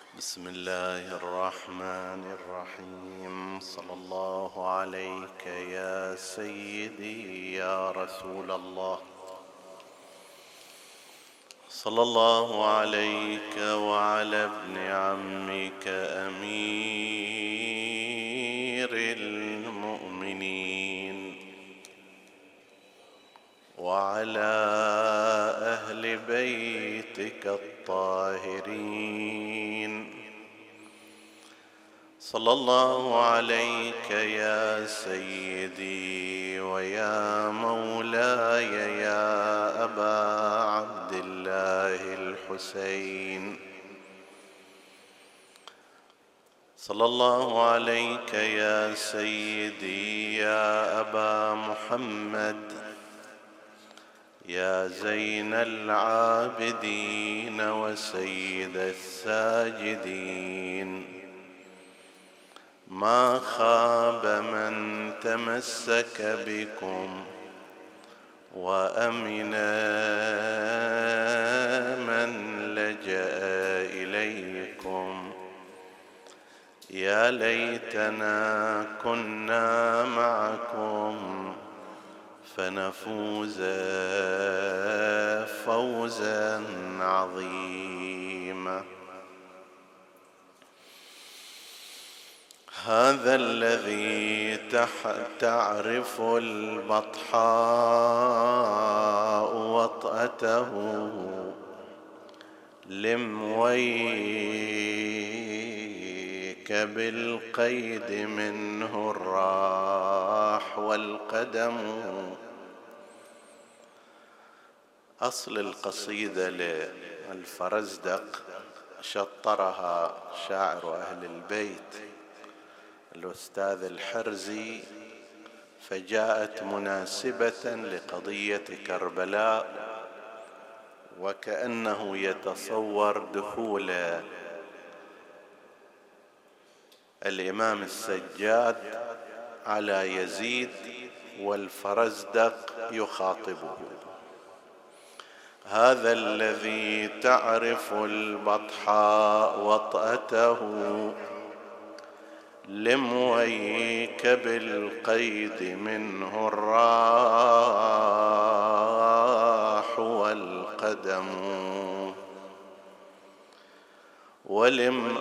بسم الله الرحمن الرحيم. صلى الله عليك يا سيدي يا رسول الله، صلى الله عليك وعلى ابن عمك أمير المؤمنين وعلى أهل بيتك الطاهرين. صلى الله عليك يا سيدي ويا مولاي يا أبا عبد الله الحسين. صلى الله عليك يا سيدي يا أبا محمد يا زين العابدين وسيد الساجدين. ما خاب من تمسك بكم وأمن من لجأ إليكم. يا ليتنا كنا معكم فنفوز فوزا عظيما. هذا الذي تعرف البطحاء وطأته لم ويك بالقيد منه الراح والقدم. أصل القصيدة للفرزدق شطرها شاعر أهل البيت الأستاذ الحرزي، فجاءت مناسبة لقضية كربلاء، وكأنه يتصور دخول الإمام السجاد على يزيد والفرزدق يخاطبه. هذا الذي تعرف البطحاء وطأته لمويك بالقيد منه الراح والقدم. ولم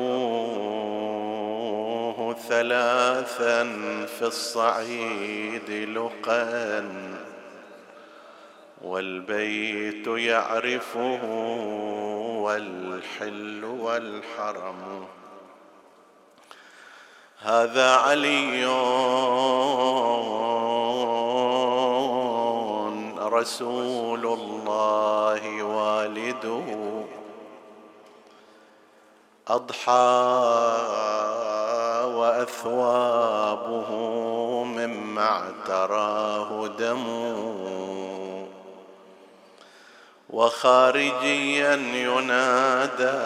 أبوه ثلاثا في الصعيد لقا والبيت يعرفه والحل والحرم. هذا علي رسول الله والده أضحى وأثوابه مما اعتراه دم، وخارجيا ينادى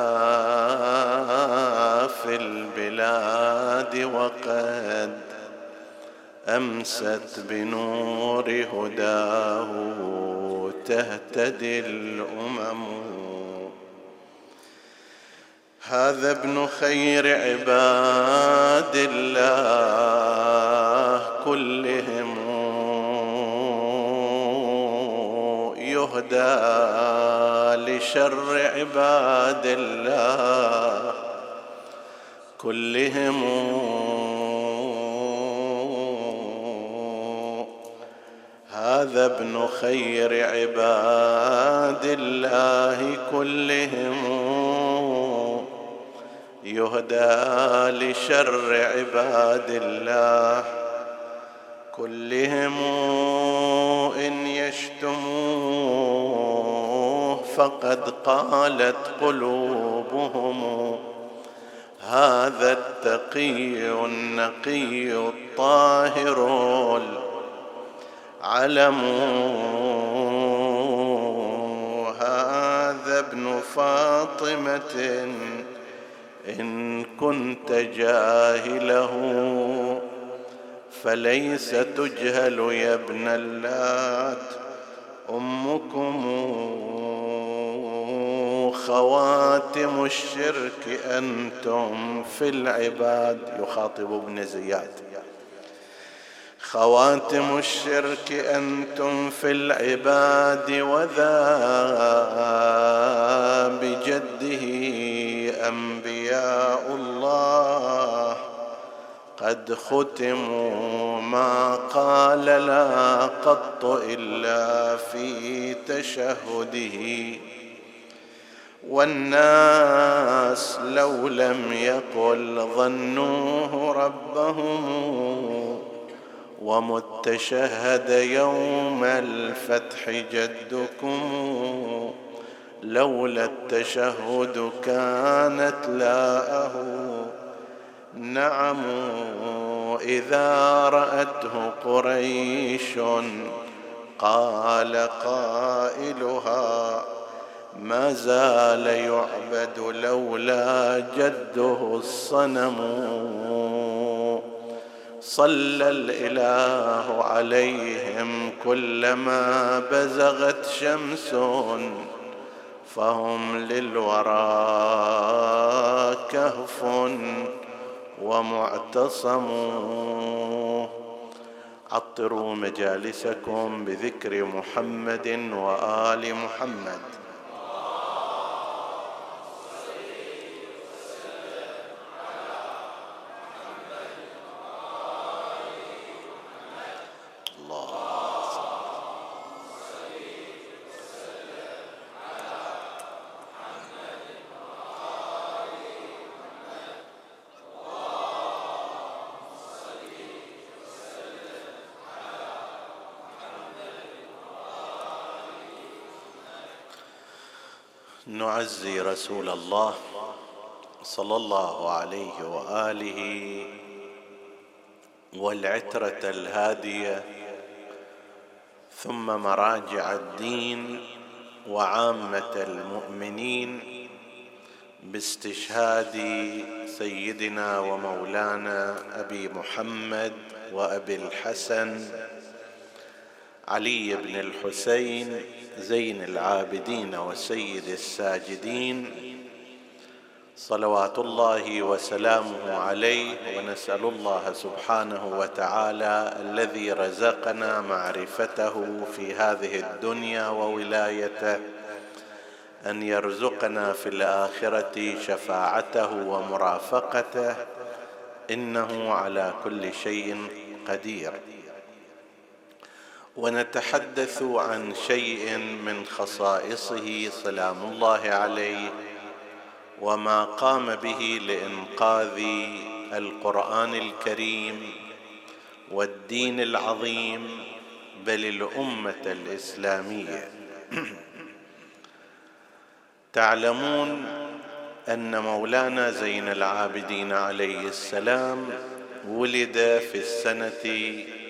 في البلاد وقد أمست بنور هداه تهتدي الأمم. هذا ابن خير عباد الله كلهم يهدى لشر عباد الله كلهم. هذا ابن خير عباد الله كلهم يهدى لشر عباد الله كلهم. إن يشتموه فقد قالت قلوبهم هذا التقي النقي الطاهر العلم. هذا ابن فاطمة إن كنت جاهله فليس تجهل يا ابن اللات أمكم خواتم الشرك أنتم في العباد. يخاطب ابن زياد: خواتم الشرك أنتم في العباد، وذا بجده أنبياء الله قد ختموا ما قال لا قط إلا في تشهده. والناس لو لم يقل ظنوه ربهم، ومتشهد يوم الفتح جدكم، لولا التشهد كانت لاءه. نعم إذا رأته قريش قال قائلها ما زال يعبد لولا جده الصنم. صلى الإله عليهم كلما بزغت شمس، فهم للورى كهف ومعتصم. عطروا مجالسكم بذكر محمد وآل محمد. نعزي رسول الله صلى الله عليه وآله والعترة الهادية، ثم مراجع الدين وعامة المؤمنين، باستشهاد سيدنا ومولانا أبي محمد وأبي الحسن علي بن الحسين زين العابدين وسيد الساجدين، صلوات الله وسلامه عليه. ونسأل الله سبحانه وتعالى الذي رزقنا معرفته في هذه الدنيا وولايته أن يرزقنا في الآخرة شفاعته ومرافقته، إنه على كل شيء قدير. ونتحدث عن شيء من خصائصه سلام الله عليه، وما قام به لإنقاذ القرآن الكريم والدين العظيم، بل الأمة الإسلامية. تعلمون أن مولانا زين العابدين عليه السلام ولد في السنة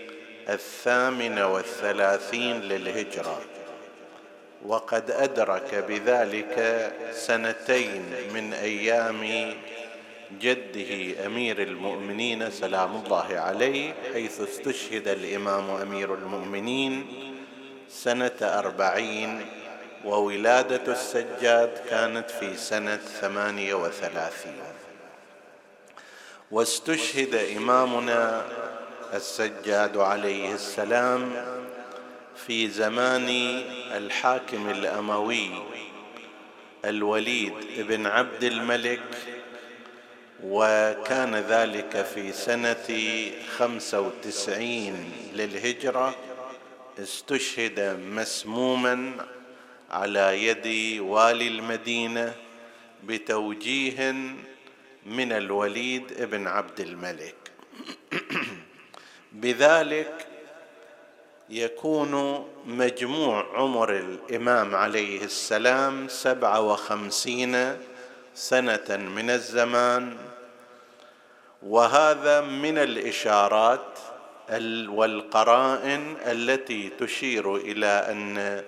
38 للهجرة، وقد أدرك بذلك 2 من أيام جده أمير المؤمنين سلام الله عليه، حيث استشهد الإمام أمير المؤمنين سنة 40، وولادة السجاد كانت في سنة 38. واستشهد إمامنا السجاد عليه السلام في زمان الحاكم الأموي الوليد بن عبد الملك، وكان ذلك في سنة 95 للهجرة. استشهد مسموما على يد والي المدينة بتوجيه من الوليد بن عبد الملك. بذلك يكون مجموع عمر الإمام عليه السلام 57 سنة من الزمان. وهذا من الإشارات والقرائن التي تشير إلى أن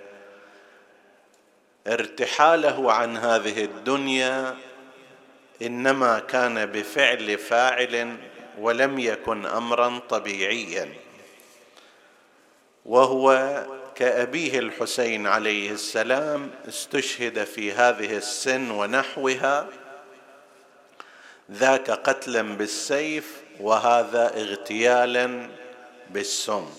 ارتحاله عن هذه الدنيا إنما كان بفعل فاعل، ولم يكن أمرا طبيعيا. وهو كأبيه الحسين عليه السلام استشهد في هذه السن ونحوها، ذاك قتلا بالسيف وهذا اغتيالا بالسم.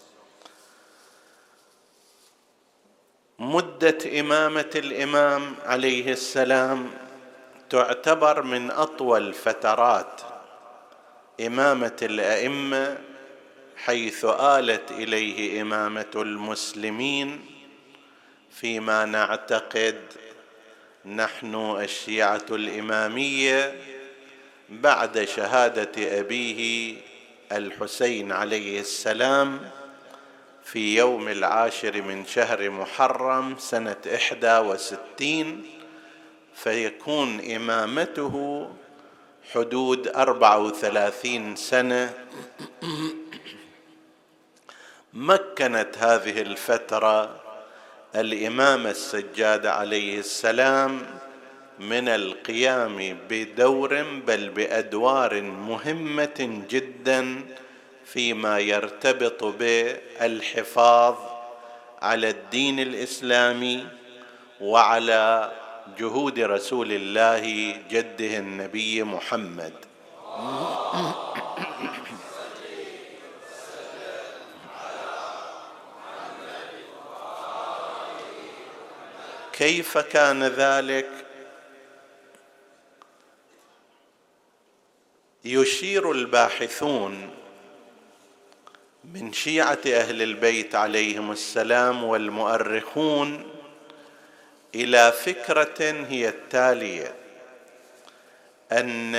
مدة إمامة الإمام عليه السلام تعتبر من أطول فترات إمامة الأئمة، حيث آلت إليه إمامة المسلمين فيما نعتقد نحن الشيعة الإمامية بعد شهادة أبيه الحسين عليه السلام في يوم 10 من شهر محرم سنة 61، فيكون إمامته حدود 34 سنة. مكنت هذه الفترة الإمام السجاد عليه السلام من القيام بدور بل بأدوار مهمة جدا فيما يرتبط بالحفاظ على الدين الإسلامي وعلى جهود رسول الله جده النبي محمد. كيف كان ذلك؟ يشير الباحثون من شيعة أهل البيت عليهم السلام والمؤرخون إلى فكرة هي التالية: أن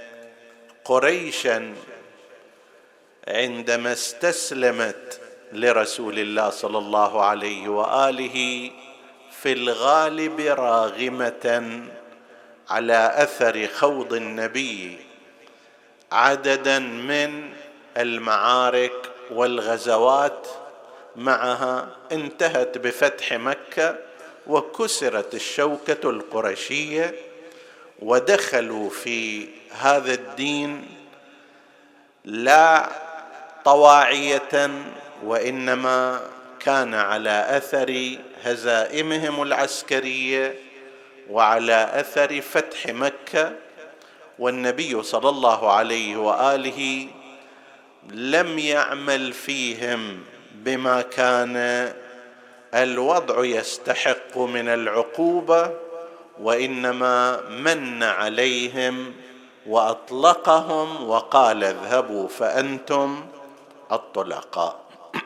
قريشا عندما استسلمت لرسول الله صلى الله عليه وآله في الغالب راغمة على أثر خوض النبي عددا من المعارك والغزوات معها، انتهت بفتح مكة وكسرت الشوكة القرشية، ودخلوا في هذا الدين لا طواعية، وإنما كان على أثر هزائمهم العسكرية وعلى أثر فتح مكة. والنبي صلى الله عليه وآله لم يعمل فيهم بما كان الوضع يستحق من العقوبة، وإنما من عليهم وأطلقهم وقال: اذهبوا فأنتم الطلقاء.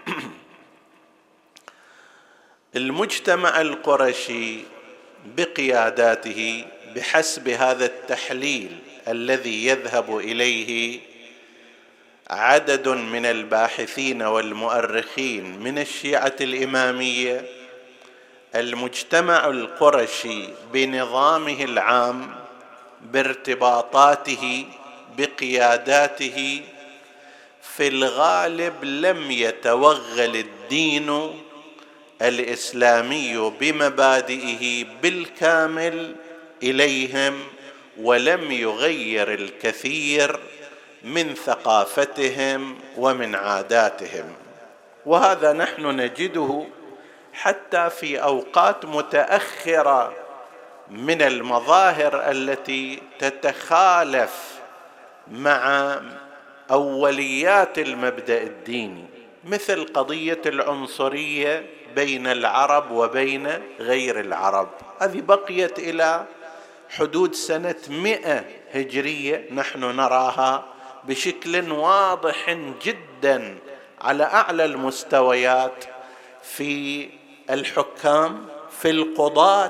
المجتمع القرشي بقياداته بحسب هذا التحليل الذي يذهب إليه عدد من الباحثين والمؤرخين من الشيعة الإمامية، المجتمع القرشي بنظامه العام بارتباطاته بقياداته في الغالب لم يتوغل الدين الإسلامي بمبادئه بالكامل إليهم، ولم يغير الكثير من ثقافتهم ومن عاداتهم. وهذا نحن نجده حتى في أوقات متأخرة من المظاهر التي تتخالف مع أوليات المبدأ الديني، مثل قضية العنصرية بين العرب وبين غير العرب. هذه بقيت إلى حدود سنة 100 هجرية، نحن نراها بشكل واضح جدا على أعلى المستويات في الحكام، في القضاة.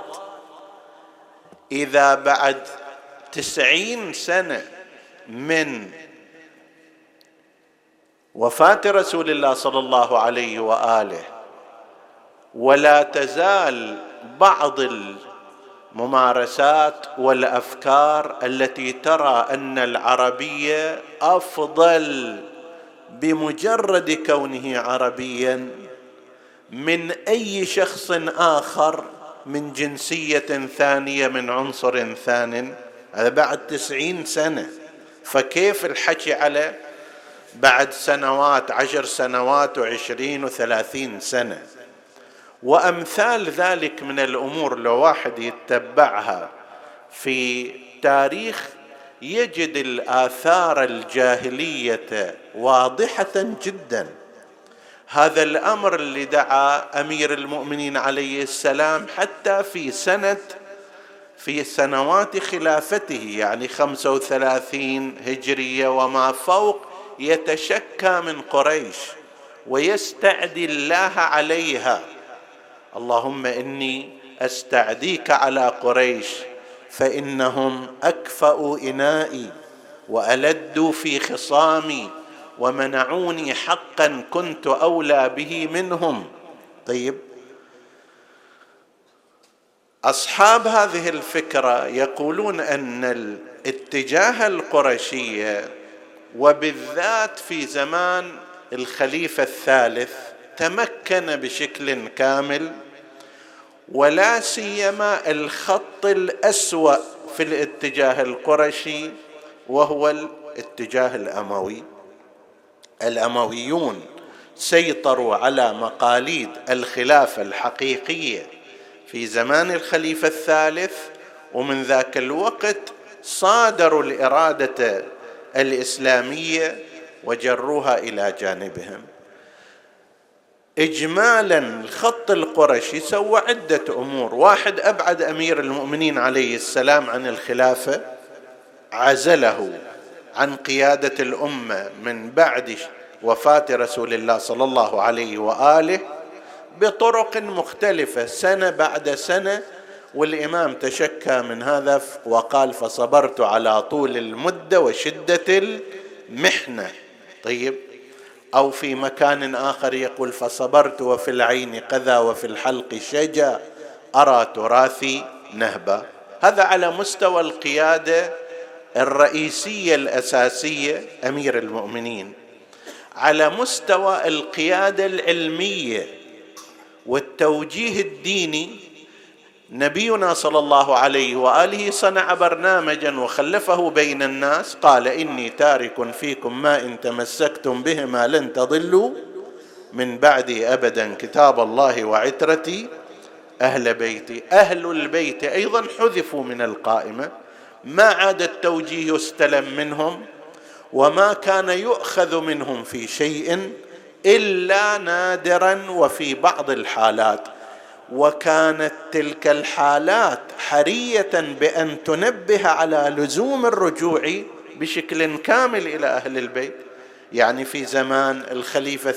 إذا بعد 90 سنة من وفاة رسول الله صلى الله عليه وآله ولا تزال بعض الممارسات والأفكار التي ترى أن العربية أفضل بمجرد كونه عربيا من أي شخص آخر من جنسية ثانية من عنصر ثان، هذا بعد 90 سنة. فكيف الحكي على بعد سنوات، 10 سنوات و20 و30 سنة؟ وأمثال ذلك من الأمور لو واحد يتبعها في تاريخ يجد الآثار الجاهلية واضحة جدا. هذا الأمر اللي دعا أمير المؤمنين عليه السلام حتى في سنوات خلافته، يعني 35 هجرية وما فوق، يتشكى من قريش ويستعدي الله عليها. اللهم إني أستعديك على قريش فإنهم أكفأوا إنائي وألدوا في خصامي ومنعوني حقا كنت أولى به منهم. طيب، أصحاب هذه الفكرة يقولون أن الاتجاه القرشي وبالذات في زمان الخليفة الثالث تمكن بشكل كامل، ولا سيما الخط الأسوأ في الاتجاه القرشي وهو الاتجاه الأموي. الأمويون سيطروا على مقاليد الخلافة الحقيقية في زمان الخليفة الثالث، ومن ذاك الوقت صادروا الإرادة الإسلامية وجروها إلى جانبهم. إجمالا الخط القرشي سوى عدة أمور. واحد، أبعد أمير المؤمنين عليه السلام عن الخلافة، عزله عن قيادة الأمة من بعد وفاة رسول الله صلى الله عليه وآله بطرق مختلفة سنة بعد سنة، والإمام تشكى من هذا وقال فصبرت على طول المدة وشدة المحنة. طيب، أو في مكان آخر يقول فصبرت وفي العين قذى وفي الحلق شجا أرى تراثي نهبا. هذا على مستوى القيادة الرئيسية الأساسية أمير المؤمنين. على مستوى القيادة العلمية والتوجيه الديني، نبينا صلى الله عليه وآله صنع برنامجا وخلفه بين الناس، قال إني تارك فيكم ما إن تمسكتم بهما لن تضلوا من بعدي أبدا كتاب الله وعترتي أهل بيتي. أهل البيت أيضا حذفوا من القائمة، ما عاد التوجيه يستلم منهم، وما كان يؤخذ منهم في شيء إلا نادرا وفي بعض الحالات. وكانت تلك الحالات حرية بأن تنبه على لزوم الرجوع بشكل كامل إلى أهل البيت. يعني في زمان الخليفة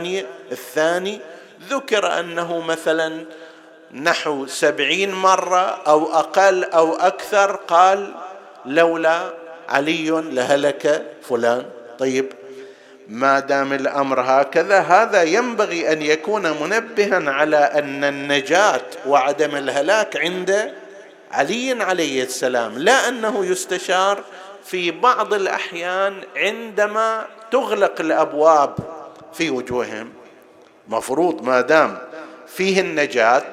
الثاني ذكر أنه مثلا نحو 70 مرة أو أقل أو أكثر قال لولا علي لهلك فلان. طيب، ما دام الأمر هكذا، هذا ينبغي أن يكون منبها على أن النجاة وعدم الهلاك عند علي عليه السلام، لا أنه يستشار في بعض الأحيان عندما تغلق الأبواب في وجوههم. مفروض ما دام فيه النجاة،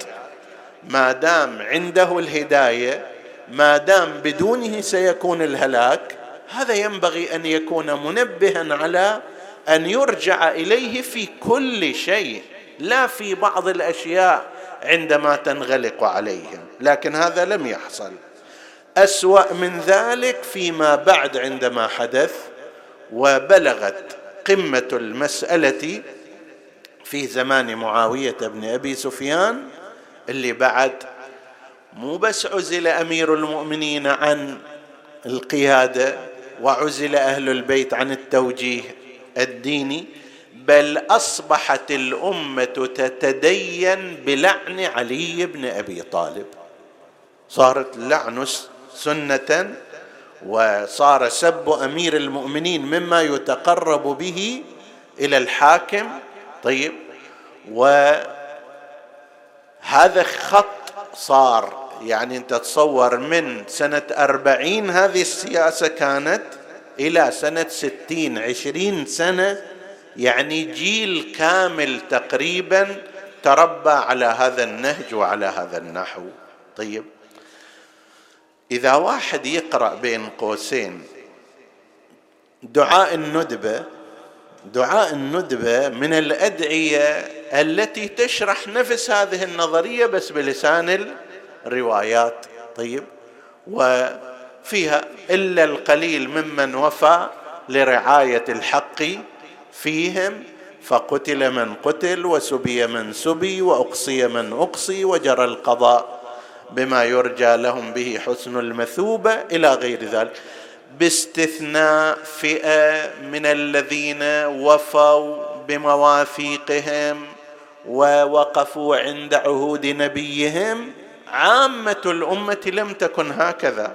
ما دام عنده الهداية، ما دام بدونه سيكون الهلاك، هذا ينبغي أن يكون منبها على أن يرجع إليه في كل شيء، لا في بعض الأشياء عندما تنغلق عليهم. لكن هذا لم يحصل. أسوأ من ذلك فيما بعد عندما حدث وبلغت قمة المسألة في زمان معاوية بن أبي سفيان، اللي بعد مو بس عزل أمير المؤمنين عن القيادة وعزل أهل البيت عن التوجيه الديني، بل أصبحت الأمة تتدين بلعن علي بن أبي طالب. صارت اللعن سنة، وصار سب أمير المؤمنين مما يتقرب به إلى الحاكم. طيب، وهذا خط صار، يعني أنت تصور من سنة 40 هذه السياسة كانت إلى سنة 60، 20 سنة، يعني جيل كامل تقريبا تربى على هذا النهج وعلى هذا النحو. طيب، إذا واحد يقرأ بين قوسين دعاء الندبة من الأدعية التي تشرح نفس هذه النظرية بس بلسان الروايات. طيب، وفيها إلا القليل ممن وفى لرعاية الحق فيهم، فقتل من قتل وسبي من سبي وأقصي من أقصي وجرى القضاء بما يرجى لهم به حسن المثوبة إلى غير ذلك، باستثناء فئة من الذين وفوا بمواثيقهم ووقفوا عند عهود نبيهم. عامة الأمة لم تكن هكذا،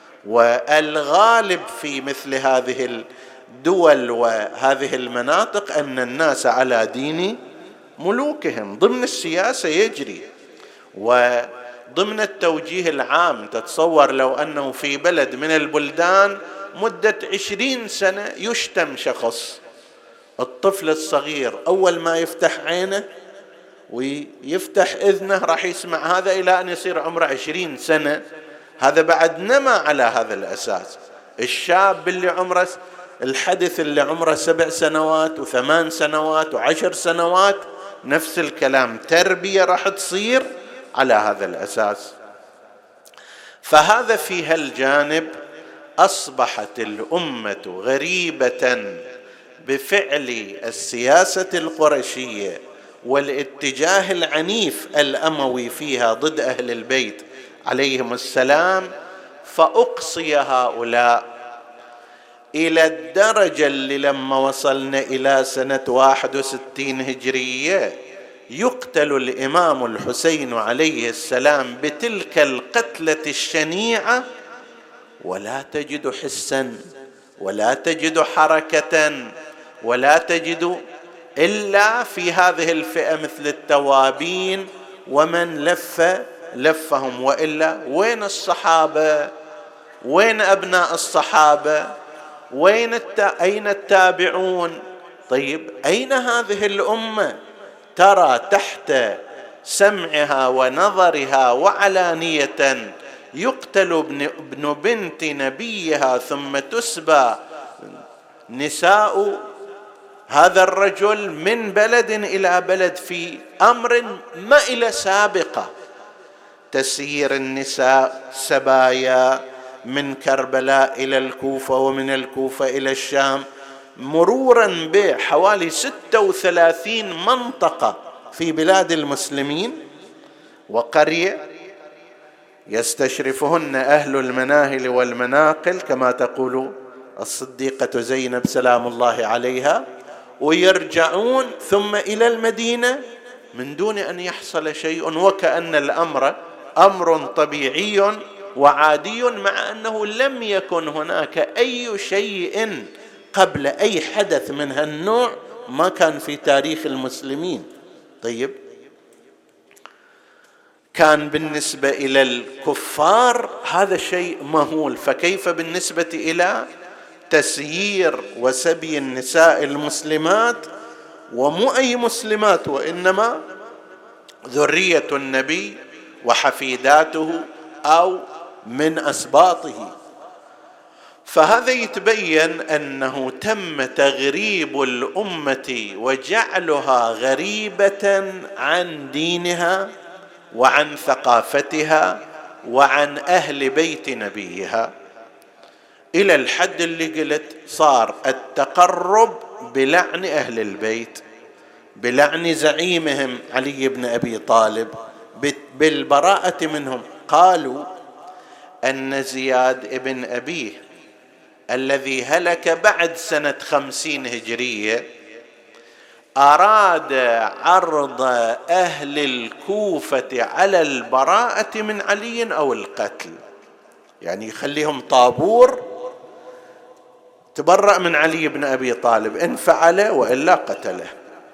والغالب في مثل هذه الدول وهذه المناطق أن الناس على دين ملوكهم ضمن السياسة يجري وضمن التوجيه العام. تتصور لو أنه في بلد من البلدان مدة 20 سنة يشتم شخص، الطفل الصغير أول ما يفتح عينه ويفتح إذنه راح يسمع هذا إلى أن يصير عمره 20 سنة. هذا بعد نما على هذا الأساس. الشاب اللي عمره، الحدث اللي عمره 7 سنوات و8 سنوات و10 سنوات، نفس الكلام، تربية راح تصير على هذا الأساس. فهذا في هالجانب أصبحت الأمة غريبة بفعل السياسة القرشية والاتجاه العنيف الأموي فيها ضد أهل البيت عليهم السلام. فأقصي هؤلاء إلى الدرجة اللي لما وصلنا إلى سنة 61 هجرية يقتل الإمام الحسين عليه السلام بتلك القتلة الشنيعة، ولا تجد حسا ولا تجد حركة ولا تجد إلا في هذه الفئة مثل التوابين ومن لفهم. وإلا وين الصحابة؟ وين أبناء الصحابة؟ أين التابعون؟ طيب، أين هذه الأمة؟ ترى تحت سمعها ونظرها وعلانية يقتل ابن بنت نبيها ثم تسبى نساء هذا الرجل من بلد إلى بلد في أمر ما إلى سابقة. تسيير النساء سبايا من كربلاء إلى الكوفة ومن الكوفة إلى الشام، مرورا بحوالي 36 منطقة في بلاد المسلمين وقرية يستشرفهن أهل المناهل والمناقل كما تقول الصديقة زينب سلام الله عليها، ويرجعون ثم إلى المدينة من دون أن يحصل شيء، وكأن الأمر أمر طبيعي وعادي، مع أنه لم يكن هناك أي شيء قبل أي حدث من هالنوع، ما كان في تاريخ المسلمين. طيب، كان بالنسبة إلى الكفار هذا شيء مهول، فكيف بالنسبة إلى تسيير وسبي النساء المسلمات، ومو أي مسلمات وإنما ذرية النبي وحفيداته أو من أسباطه. فهذا يتبين أنه تم تغريب الأمة وجعلها غريبة عن دينها وعن ثقافتها وعن أهل بيت نبيها، إلى الحد اللي قلت صار التقرب بلعن أهل البيت، بلعن زعيمهم علي بن أبي طالب، بالبراءة منهم. قالوا أن زياد ابن أبيه الذي هلك بعد سنة 50 هجرية أراد عرض أهل الكوفة على البراءة من علي أو القتل، يعني يخليهم طابور تبرأ من علي بن أبي طالب إن فعل وإلا قتله.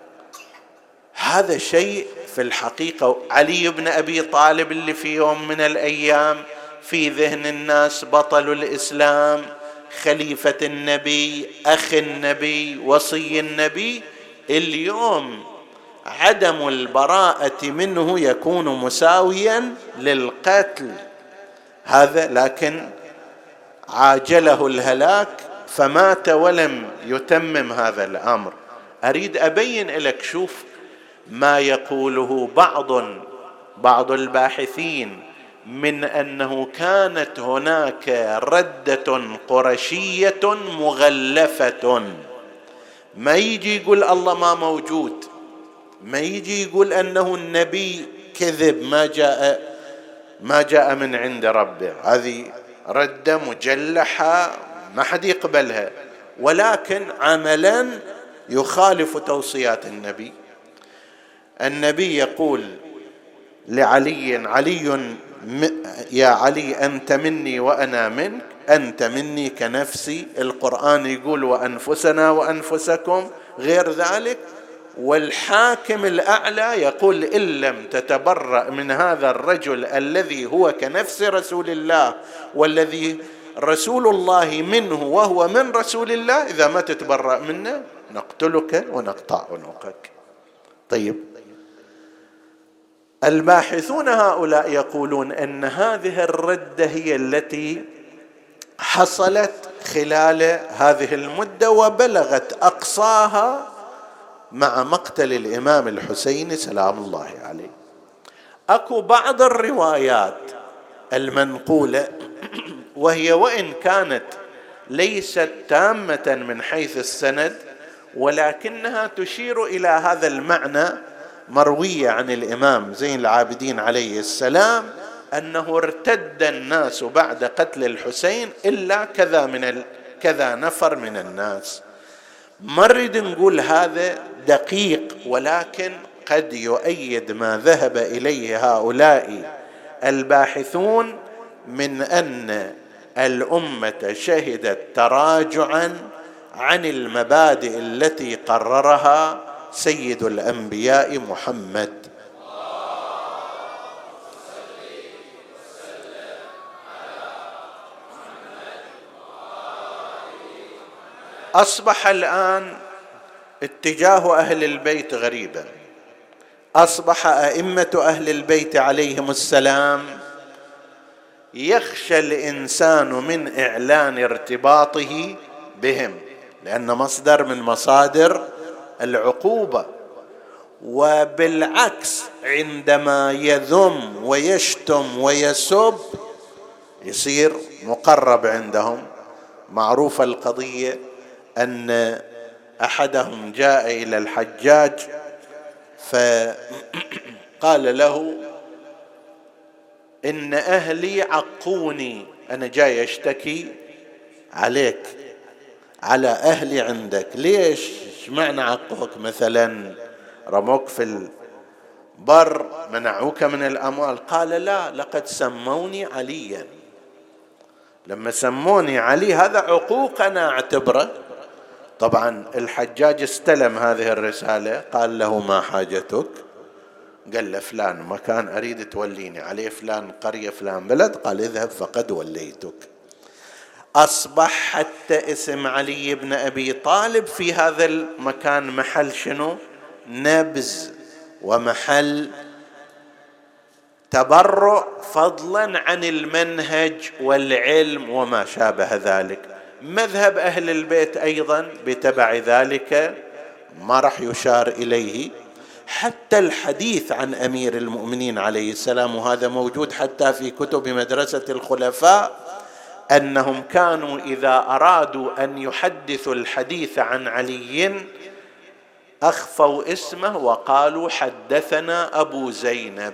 هذا شيء في الحقيقة علي بن أبي طالب اللي في يوم من الأيام في ذهن الناس بطل الإسلام، خليفة النبي، أخ النبي، وصي النبي، اليوم عدم البراءة منه يكون مساويا للقتل. هذا لكن عاجله الهلاك فمات ولم يتمم هذا الأمر. أريد أبين لك، شوف ما يقوله بعض الباحثين من أنه كانت هناك ردة قرشية مغلفة. ما يجي يقول الله ما موجود، ما يجي يقول أنه النبي كذب ما جاء من عند ربه، هذه ردة مجلحة ما حد يقبلها، ولكن عملا يخالف توصيات النبي. النبي يقول لعلي يا علي أنت مني وأنا منك، أنت مني كنفسي. القرآن يقول وأنفسنا وأنفسكم غير ذلك. والحاكم الأعلى يقول إن لم تتبرأ من هذا الرجل الذي هو كنفس رسول الله والذي رسول الله منه وهو من رسول الله، إذا ما تتبرأ منه نقتلك ونقطع عنقك. طيب، الباحثون هؤلاء يقولون أن هذه الردة هي التي حصلت خلال هذه المدة وبلغت أقصاها مع مقتل الإمام الحسين سلام الله عليه. أكو بعض الروايات المنقولة وهي وإن كانت ليست تامة من حيث السند ولكنها تشير إلى هذا المعنى، مروية عن الإمام زين العابدين عليه السلام أنه ارتد الناس بعد قتل الحسين إلا كذا نفر من الناس. ما نريد نقول هذا دقيق، ولكن قد يؤيد ما ذهب إليه هؤلاء الباحثون من أن الأمة شهدت تراجعا عن المبادئ التي قررها سيد الأنبياء محمد. أصبح الآن اتجاه أهل البيت غريبا، أصبح أئمة أهل البيت عليهم السلام يخشى الإنسان من إعلان ارتباطه بهم، لأن مصدر من مصادر العقوبة. وبالعكس عندما يذم ويشتم ويسب يصير مقرب عندهم. معروفة القضية أن أحدهم جاء إلى الحجاج فقال له إن أهلي عقوني، أنا جاي أشتكي عليك على أهلي عندك. ليش؟ معنى عقوك؟ مثلا رموك في البر، منعوك من الأموال؟ قال لا، لقد سموني عليا. لما سموني علي هذا عقوق أنا أعتبره. طبعا الحجاج استلم هذه الرسالة، قال له ما حاجتك؟ قال له فلان مكان أريد توليني عليه، فلان قرية فلان بلد. قال اذهب فقد وليتك. أصبح حتى اسم علي بن أبي طالب في هذا المكان محل شنو؟ نبذ ومحل تبرؤ، فضلا عن المنهج والعلم وما شابه ذلك. مذهب أهل البيت أيضا بتبع ذلك ما راح يشار إليه. حتى الحديث عن أمير المؤمنين عليه السلام، وهذا موجود حتى في كتب مدرسة الخلفاء، أنهم كانوا إذا أرادوا أن يحدثوا الحديث عن علي أخفوا اسمه وقالوا حدثنا أبو زينب،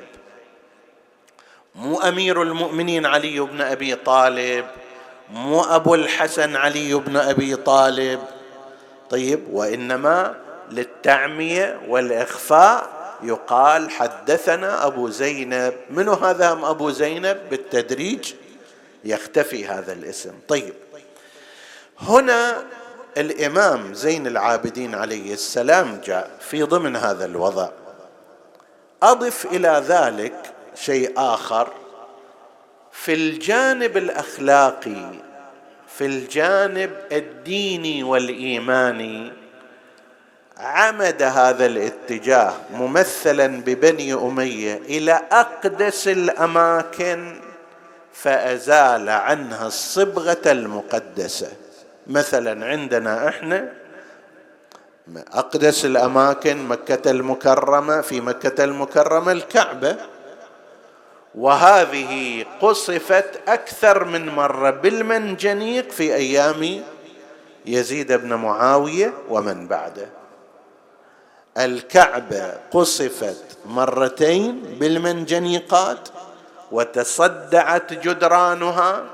مو أمير المؤمنين علي بن أبي طالب، مو أبو الحسن علي بن أبي طالب. طيب، وإنما للتعمية والإخفاء يقال حدثنا أبو زينب. منو هذا أبو زينب؟ بالتدريج يختفي هذا الاسم. طيب، هنا الإمام زين العابدين عليه السلام جاء في ضمن هذا الوضع. أضف إلى ذلك شيء آخر في الجانب الأخلاقي، في الجانب الديني والإيماني. عمد هذا الاتجاه ممثلا ببني أمية إلى أقدس الأماكن فأزال عنها الصبغة المقدسة. مثلا عندنا احنا أقدس الأماكن مكة المكرمة، في مكة المكرمة الكعبة، وهذه قصفت أكثر من مرة بالمنجنيق في أيام يزيد بن معاوية ومن بعده. الكعبة قصفت مرتين بالمنجنيقات، وتصدعت جدرانها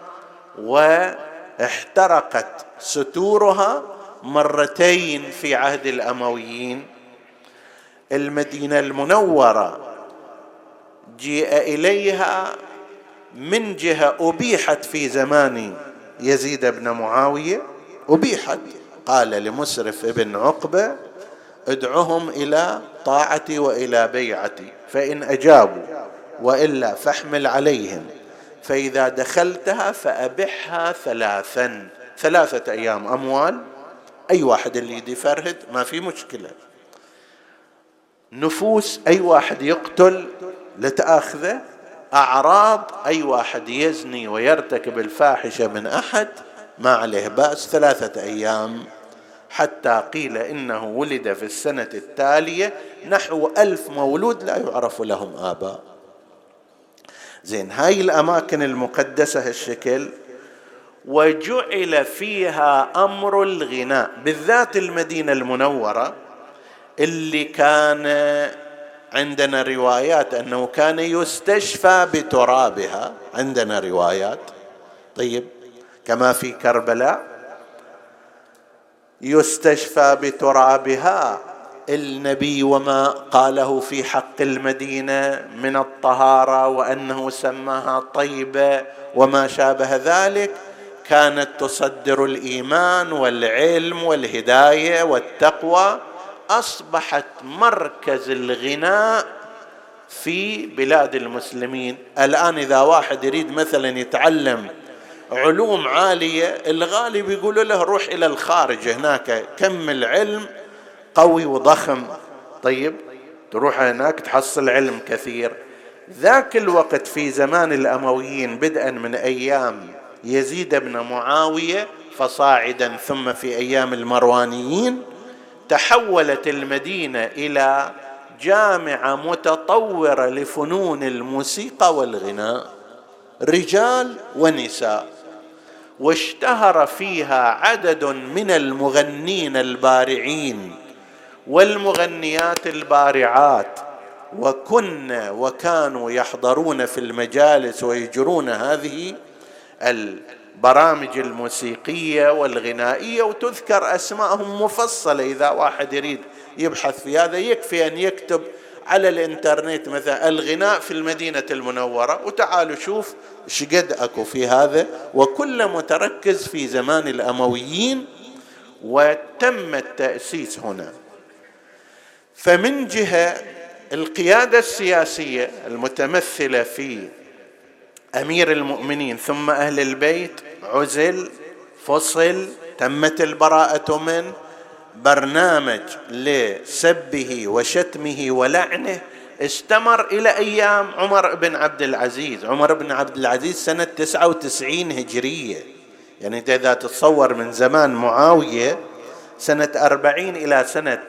واحترقت ستورها مرتين في عهد الأمويين. المدينة المنورة جيء إليها من جهة أبيحت في زمان يزيد بن معاوية، أبيحت، قال لمسرف ابن عقبة: ادعهم إلى طاعتي وإلى بيعتي، فإن أجابوا وإلا فاحمل عليهم، فإذا دخلتها فأبحها 3 أيام أموال، أي واحد اللي يدي فرهد ما في مشكلة، نفوس أي واحد يقتل لتأخذه، أعراض أي واحد يزني ويرتكب الفاحشة من أحد ما عليه بأس 3 أيام. حتى قيل إنه ولد في السنة التالية نحو 1000 مولود لا يعرف لهم آباء. زين، هاي الأماكن المقدسة هالشكل، وجعل فيها أمر الغناء، بالذات المدينة المنورة اللي كان عندنا روايات أنه كان يستشفى بترابها، عندنا روايات، طيب، كما في كربلاء يستشفى بترابها النبي وما قاله في حق المدينة من الطهارة وأنه سماها طيبة وما شابه ذلك، كانت تصدر الإيمان والعلم والهداية والتقوى، أصبحت مركز الغناء في بلاد المسلمين. الآن إذا واحد يريد مثلا يتعلم علوم عالية، الغالب يقول له روح إلى الخارج، هناك كم العلم قوي وضخم، طيب تروح هناك تحصل علم كثير. ذاك الوقت في زمان الأمويين بدءا من أيام يزيد بن معاوية فصاعدا، ثم في أيام المروانيين، تحولت المدينة إلى جامعة متطورة لفنون الموسيقى والغناء، رجال ونساء، واشتهر فيها عدد من المغنين البارعين والمغنيات البارعات، وكانوا يحضرون في المجالس ويجرون هذه البرامج الموسيقية والغنائية، وتذكر أسماءهم مفصلة. إذا واحد يريد يبحث في هذا يكفي أن يكتب على الإنترنت مثلا الغناء في المدينة المنورة، وتعالوا شوف شقد أكو في هذا، وكل متركز في زمان الأمويين، وتم التأسيس هنا. فمن جهة القيادة السياسية المتمثلة في أمير المؤمنين ثم أهل البيت عزل، فصل، تمت البراءة منه، برنامج لسبه وشتمه ولعنه استمر إلى أيام عمر بن عبد العزيز. عمر بن عبد العزيز سنة 99 هجرية، يعني إذا تتصور من زمان معاوية سنة 40 إلى سنة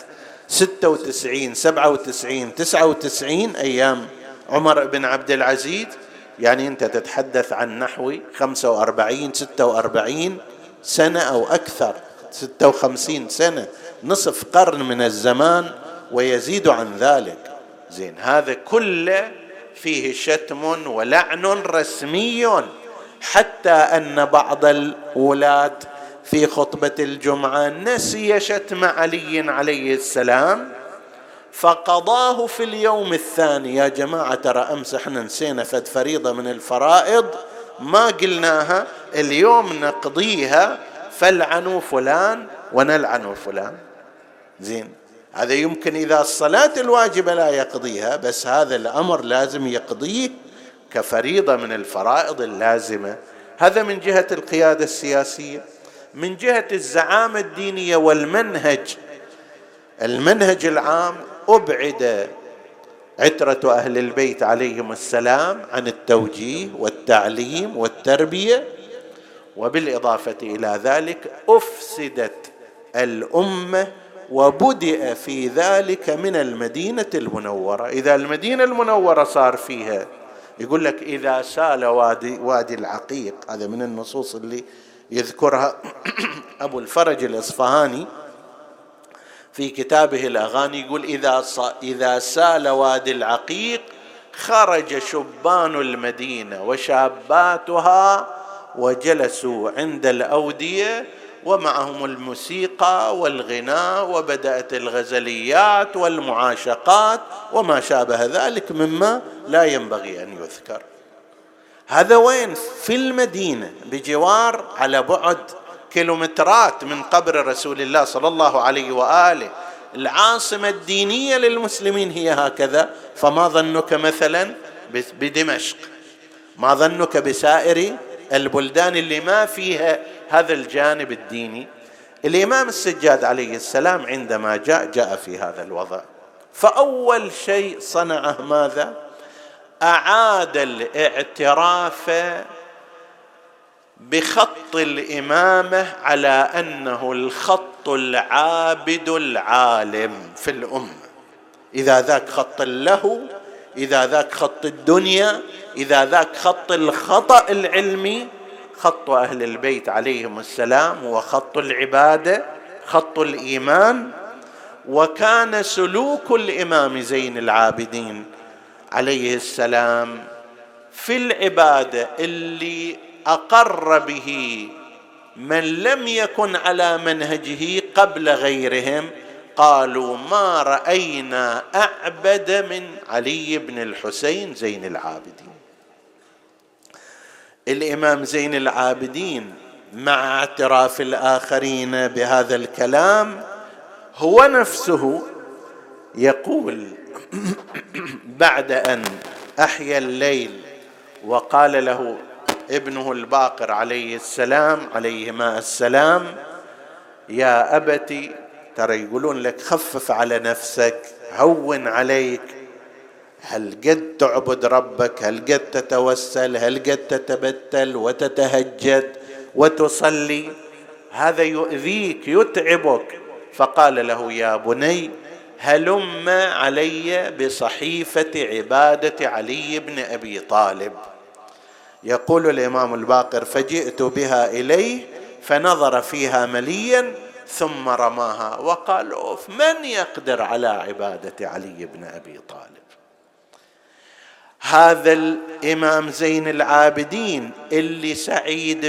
96 97 99 أيام عمر بن عبد العزيز، يعني أنت تتحدث عن نحو 45 46 سنة أو أكثر، 56 سنة، نصف قرن من الزمان ويزيد عن ذلك. زين، هذا كله فيه شتم ولعن رسمي، حتى أن بعض الولاة في خطبة الجمعة نسي شتم علي عليه السلام فقضاه في اليوم الثاني. يا جماعة ترى أمس احنا نسينا فد فريضة من الفرائض ما قلناها، اليوم نقضيها، فلعنوا فلان ونلعن فلان. زين، هذا يمكن إذا الصلاة الواجبة لا يقضيها، بس هذا الأمر لازم يقضيه كفريضة من الفرائض اللازمة. هذا من جهة القيادة السياسية. من جهة الزعامة الدينية والمنهج، المنهج العام، أبعد عترة أهل البيت عليهم السلام عن التوجيه والتعليم والتربية، وبالإضافة إلى ذلك أفسدت الأمة وبدأ في ذلك من المدينة المنورة. إذا المدينة المنورة صار فيها، يقول لك إذا سال وادي العقيق، هذا من النصوص اللي يذكرها أبو الفرج الإصفهاني في كتابه الأغاني، يقول إذا سال وادي العقيق خرج شبان المدينة وشاباتها وجلسوا عند الأودية ومعهم الموسيقى والغناء، وبدأت الغزليات والمعاشقات وما شابه ذلك مما لا ينبغي أن يذكر. هذا وين؟ في المدينة، بجوار على بعد كيلومترات من قبر رسول الله صلى الله عليه وآله. العاصمة الدينية للمسلمين هي هكذا، فما ظنك مثلا بدمشق؟ ما ظنك بسائر البلدان اللي ما فيها هذا الجانب الديني؟ الإمام السجاد عليه السلام عندما جاء في هذا الوضع، فأول شيء صنعه ماذا؟ أعاد الاعتراف بخط الإمامة على أنه الخط العابد العالم في الأمة. إذا ذاك خط له، إذا ذاك خط الدنيا، إذا ذاك خط الخطأ العلمي، خط أهل البيت عليهم السلام هو خط العبادة، خط الإيمان. وكان سلوك الإمام زين العابدين عليه السلام في العبادة اللي أقر به من لم يكن على منهجه قبل غيرهم، قالوا ما رأينا أعبد من علي بن الحسين زين العابدين. الإمام زين العابدين مع اعتراف الآخرين بهذا الكلام هو نفسه يقول بعد أن أحيا الليل وقال له ابنه الباقر عليه السلام عليهما السلام: يا أبتي، ترى يقولون لك خفف على نفسك، هون عليك، هل قد تعبد ربك، هل قد تتوسل، هل قد تتبتل وتتهجد وتصلي، هذا يؤذيك يتعبك. فقال له: يا بني هلم علي بصحيفة عبادة علي بن أبي طالب. يقول الإمام الباقر: فجئت بها إليه فنظر فيها مليا ثم رماها وقال: أوف، من يقدر على عبادة علي بن أبي طالب؟ هذا الإمام زين العابدين اللي سعيد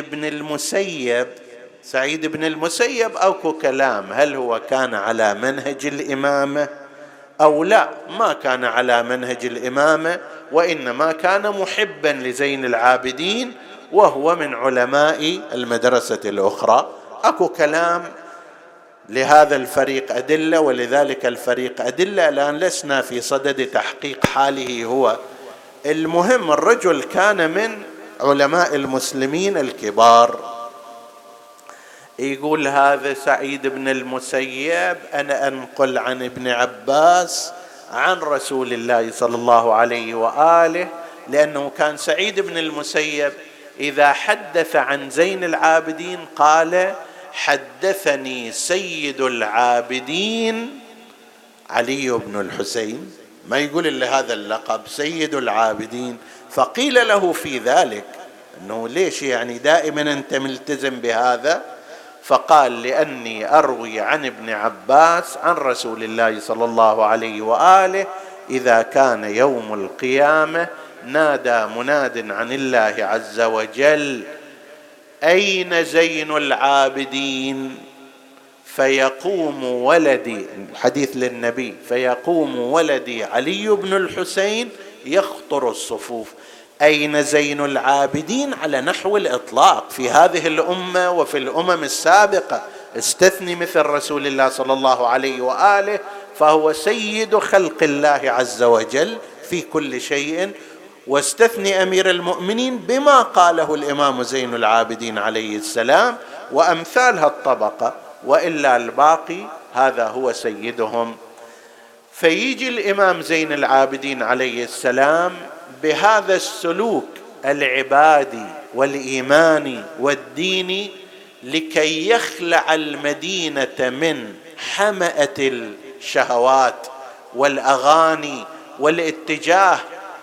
بن المسيب أكو كلام هل هو كان على منهج الإمامة أو لا؟ ما كان على منهج الإمامة، وإنما كان محبا لزين العابدين وهو من علماء المدرسة الأخرى. أكو كلام لهذا الفريق أدلة ولذلك الفريق أدلة، الآن لسنا في صدد تحقيق حاله هو. المهم الرجل كان من علماء المسلمين الكبار. يقول هذا سعيد بن المسيب: أنا أنقل عن ابن عباس عن رسول الله صلى الله عليه وآله، لأنه كان سعيد بن المسيب إذا حدث عن زين العابدين قال: حدثني سيد العابدين علي بن الحسين، ما يقول إلا هذا اللقب سيد العابدين. فقيل له في ذلك أنه ليش يعني دائما أنت ملتزم بهذا؟ فقال: لأني أروي عن ابن عباس عن رسول الله صلى الله عليه وآله: إذا كان يوم القيامة نادى مناد عن الله عز وجل: أين زين العابدين؟ فيقوم ولدي، الحديث للنبي، فيقوم ولدي علي بن الحسين يخطر الصفوف. أين زين العابدين على نحو الإطلاق في هذه الأمة وفي الأمم السابقة، استثني مثل رسول الله صلى الله عليه وآله، فهو سيد خلق الله عز وجل في كل شيء، واستثني أمير المؤمنين بما قاله الإمام زين العابدين عليه السلام وأمثالها الطبقة، وإلا الباقي هذا هو سيدهم. فيجي الإمام زين العابدين عليه السلام بهذا السلوك العبادي والإيماني والديني لكي يخلع المدينة من حمأة الشهوات والأغاني والاتجاه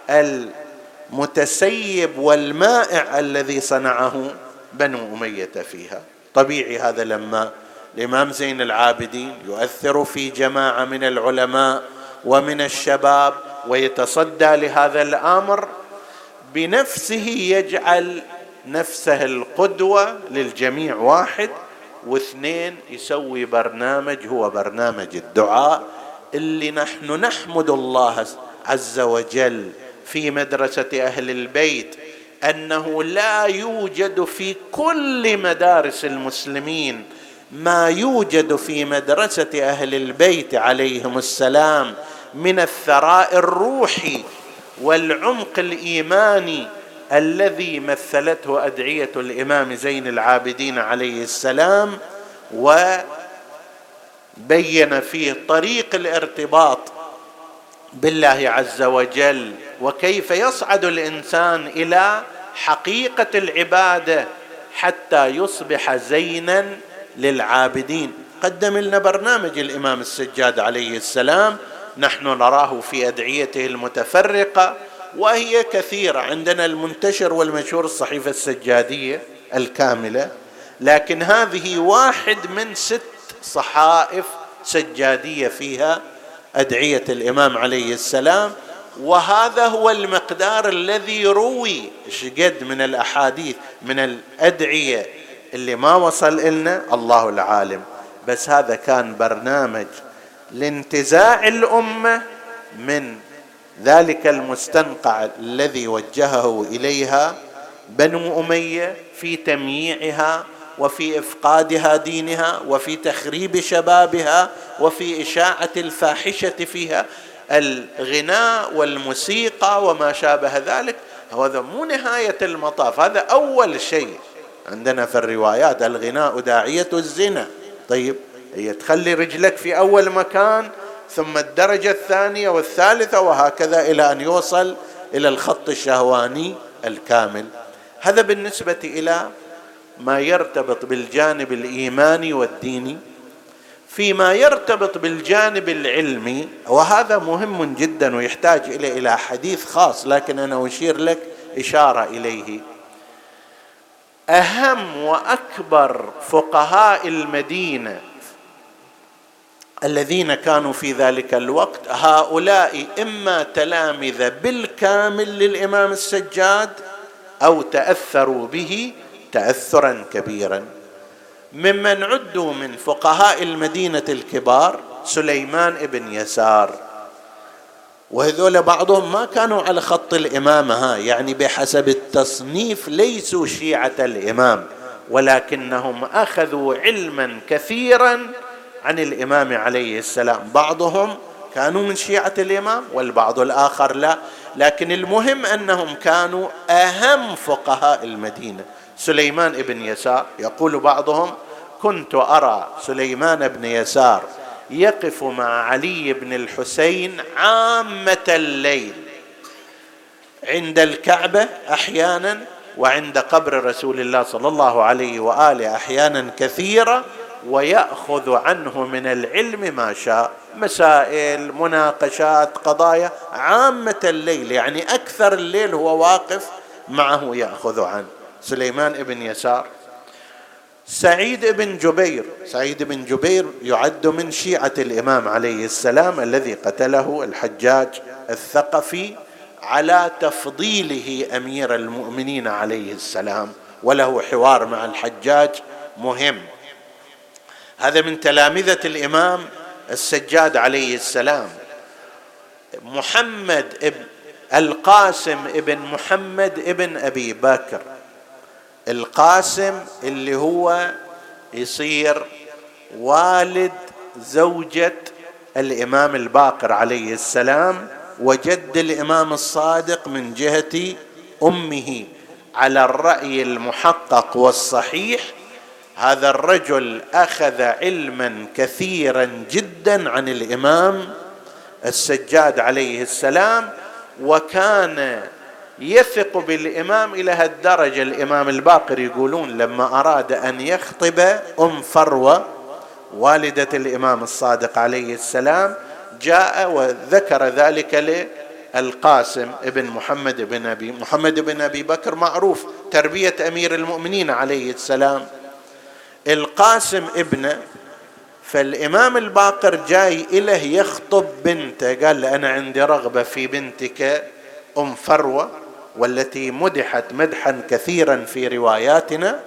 المتسيب والمائع الذي صنعه بنو أمية فيها. طبيعي هذا لما الإمام زين العابدين يؤثر في جماعة من العلماء ومن الشباب ويتصدى لهذا الأمر، بنفسه يجعل نفسه القدوة للجميع، واحد، واثنين يسوي برنامج هو برنامج الدعاء اللي نحن نحمد الله عز وجل في مدرسة أهل البيت أنه لا يوجد في كل مدارس المسلمين ما يوجد في مدرسة أهل البيت عليهم السلام من الثراء الروحي والعمق الإيماني الذي مثلته أدعية الإمام زين العابدين عليه السلام، وبين فيه طريق الارتباط بالله عز وجل وكيف يصعد الإنسان إلى حقيقة العبادة حتى يصبح زينا للعابدين. قدم لنا برنامج الإمام السجاد عليه السلام، نحن نراه في أدعيته المتفرقة وهي كثيرة، عندنا المنتشر والمشهور الصحيفة السجادية الكاملة، لكن هذه واحد من 6 صحائف سجادية فيها أدعية الإمام عليه السلام. وهذا هو المقدار الذي روي شقد من الأحاديث من الأدعية اللي ما وصل إلنا الله العالم، بس هذا كان برنامج لانتزاع الأمة من ذلك المستنقع الذي وجهه إليها بنو أمية في تمييعها وفي إفقادها دينها وفي تخريب شبابها وفي إشاعة الفاحشة فيها، الغناء والموسيقى وما شابه ذلك. هذا مو نهاية المطاف، هذا أول شيء عندنا في الروايات، الغناء داعية الزنا. طيب هي تخلي رجلك في أول مكان، ثم الدرجة الثانية والثالثة وهكذا إلى أن يوصل إلى الخط الشهواني الكامل. هذا بالنسبة إلى ما يرتبط بالجانب الإيماني والديني. فيما يرتبط بالجانب العلمي، وهذا مهم جدا ويحتاج إلى حديث خاص، لكن أنا أشير لك إشارة إليه. أهم وأكبر فقهاء المدينة الذين كانوا في ذلك الوقت هؤلاء إما تلامذة بالكامل للإمام السجاد أو تأثروا به تأثرا كبيرا. ممن عدوا من فقهاء المدينة الكبار سليمان بن يسار، وهذول بعضهم ما كانوا على خط الإمامة، يعني بحسب التصنيف ليسوا شيعة الإمام، ولكنهم أخذوا علما كثيرا عن الإمام عليه السلام. بعضهم كانوا من شيعة الإمام والبعض الآخر لا، لكن المهم أنهم كانوا أهم فقهاء المدينة. سليمان بن يسار، يقول بعضهم: كنت أرى سليمان بن يسار يقف مع علي بن الحسين عامة الليل عند الكعبة أحيانا، وعند قبر رسول الله صلى الله عليه وآله أحيانا كثيرة، ويأخذ عنه من العلم ما شاء، مسائل، مناقشات، قضايا، عامة الليل، يعني أكثر الليل هو واقف معه يأخذ عنه. سليمان بن يسار. سعيد بن جبير يعد من شيعة الإمام عليه السلام الذي قتله الحجاج الثقفي على تفضيله أمير المؤمنين عليه السلام، وله حوار مع الحجاج مهم. هذا من تلامذة الإمام السجاد عليه السلام. القاسم ابن محمد ابن أبي بكر، القاسم اللي هو يصير والد زوجة الإمام الباقر عليه السلام وجد الإمام الصادق من جهة أمه، على الرأي المحقق والصحيح. هذا الرجل أخذ علما كثيرا جدا عن الإمام السجاد عليه السلام، وكان يثق بالإمام إلى هالدرجة. الإمام الباقر يقولون لما أراد أن يخطب فروة والدة الإمام الصادق عليه السلام، جاء وذكر ذلك للقاسم ابن محمد بن أبي بكر، معروف تربية أمير المؤمنين عليه السلام. القاسم ابنه، فالإمام الباقر جاي إليه يخطب بنته، قال له أنا عندي رغبة في بنتك أم فروة، والتي مدحت مدحا كثيرا في رواياتنا.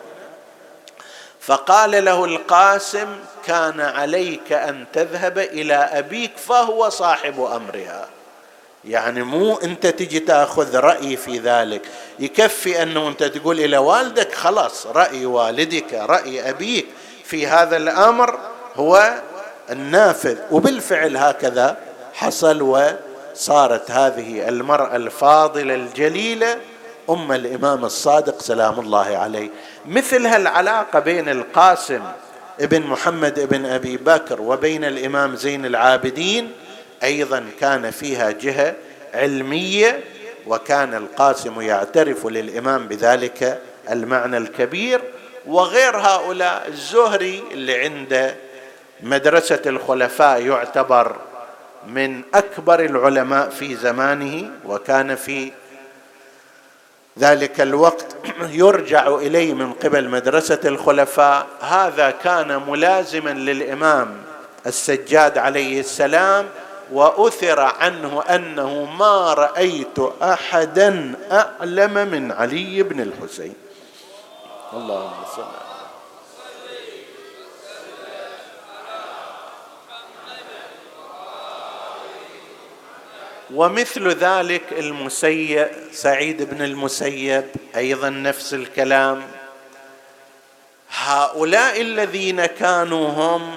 فقال له القاسم: كان عليك أن تذهب إلى أبيك فهو صاحب أمرها، يعني مو أنت تجي تأخذ رأي في ذلك، يكفي أنه أنت تقول إلى والدك خلاص رأي والدك رأي أبيك في هذا الأمر هو النافذ. وبالفعل هكذا حصل، وصارت هذه المرأة الفاضلة الجليلة أم الإمام الصادق سلام الله عليه. مثل هالعلاقة بين القاسم ابن محمد ابن أبي بكر وبين الإمام زين العابدين أيضا كان فيها جهة علمية، وكان القاسم يعترف للإمام بذلك المعنى الكبير. وغير هؤلاء، الزهري اللي عنده مدرسة الخلفاء يعتبر من أكبر العلماء في زمانه، وكان في ذلك الوقت يرجع إليه من قبل مدرسة الخلفاء. هذا كان ملازما للإمام السجاد عليه السلام، وأثر عنه أنه ما رأيت أحدا أعلم من علي بن الحسين. اللهم صل على. ومثل ذلك المسيب، سعيد بن المسيب أيضا نفس الكلام. هؤلاء الذين كانوا هم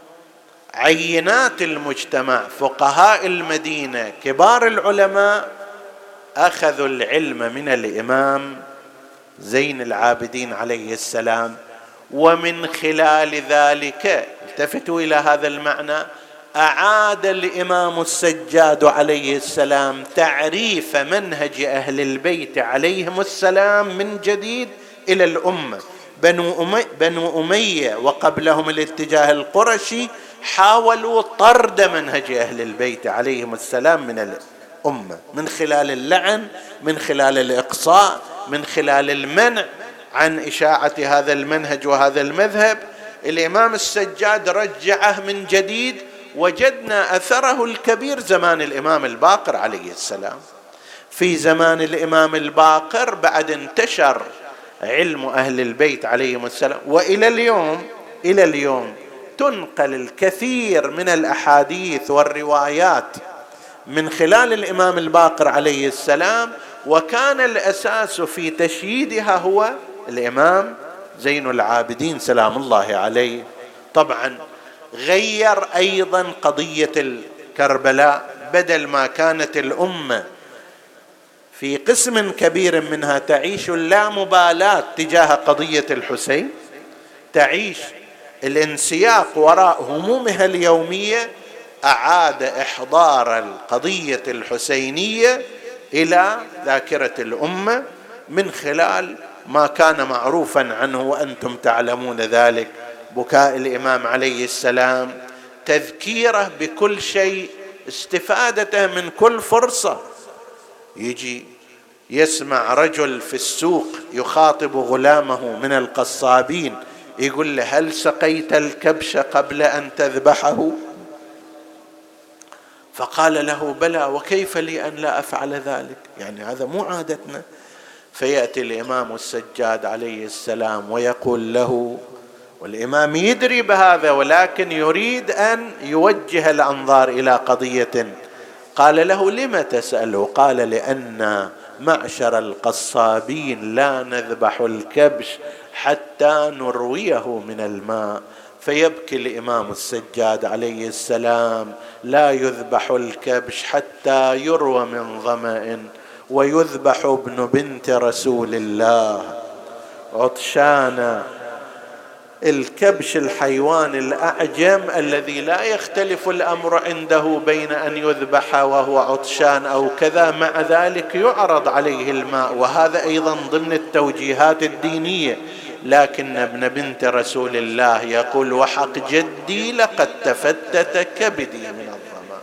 عينات المجتمع، فقهاء المدينة، كبار العلماء، أخذوا العلم من الإمام زين العابدين عليه السلام. ومن خلال ذلك، التفتوا إلى هذا المعنى، أعاد الإمام السجاد عليه السلام تعريف منهج أهل البيت عليهم السلام من جديد إلى الأمة. بنو أمية وقبلهم الاتجاه القرشي حاولوا طرد منهج أهل البيت عليهم السلام من الأمة، من خلال اللعن، من خلال الإقصاء، من خلال المنع عن إشاعة هذا المنهج وهذا المذهب. الإمام السجاد رجعه من جديد، وجدنا أثره الكبير زمان الإمام الباقر عليه السلام. في زمان الإمام الباقر بعد انتشر علم أهل البيت عليهم السلام، وإلى اليوم تنقل الكثير من الأحاديث والروايات من خلال الإمام الباقر عليه السلام، وكان الأساس في تشييدها هو الإمام زين العابدين سلام الله عليه. طبعا غير أيضا قضية الكربلاء، بدل ما كانت الأمة في قسم كبير منها تعيش اللامبالاة تجاه قضية الحسين، تعيش الانسياق وراء همومها اليومية، أعاد إحضار القضية الحسينية إلى ذاكرة الأمة من خلال ما كان معروفا عنه وأنتم تعلمون ذلك: بكاء الإمام عليه السلام، تذكيره بكل شيء، استفادته من كل فرصة. يجي يسمع رجل في السوق يخاطب غلامه من القصابين، يقول له: هل سقيت الكبش قبل أن تذبحه؟ فقال له: بلى، وكيف لي أن لا أفعل ذلك؟ يعني هذا مو عادتنا. فيأتي الإمام السجاد عليه السلام ويقول له، والإمام يدري بهذا ولكن يريد أن يوجه الأنظار إلى قضية، قال له: لم تسأله؟ قال: لأن معشر القصابين لا نذبح الكبش حتى نرويه من الماء. فيبكي الإمام السجاد عليه السلام: لا يذبح الكبش حتى يروى من ظمأ، ويذبح ابن بنت رسول الله عطشانا. الكبش الحيوان الأعجم الذي لا يختلف الأمر عنده بين أن يذبح وهو عطشان أو كذا، مع ذلك يعرض عليه الماء. وهذا أيضا ضمن التوجيهات الدينية، لكن ابن بنت رسول الله يقول: وحق جدي لقد تفتت كبدي من الظما.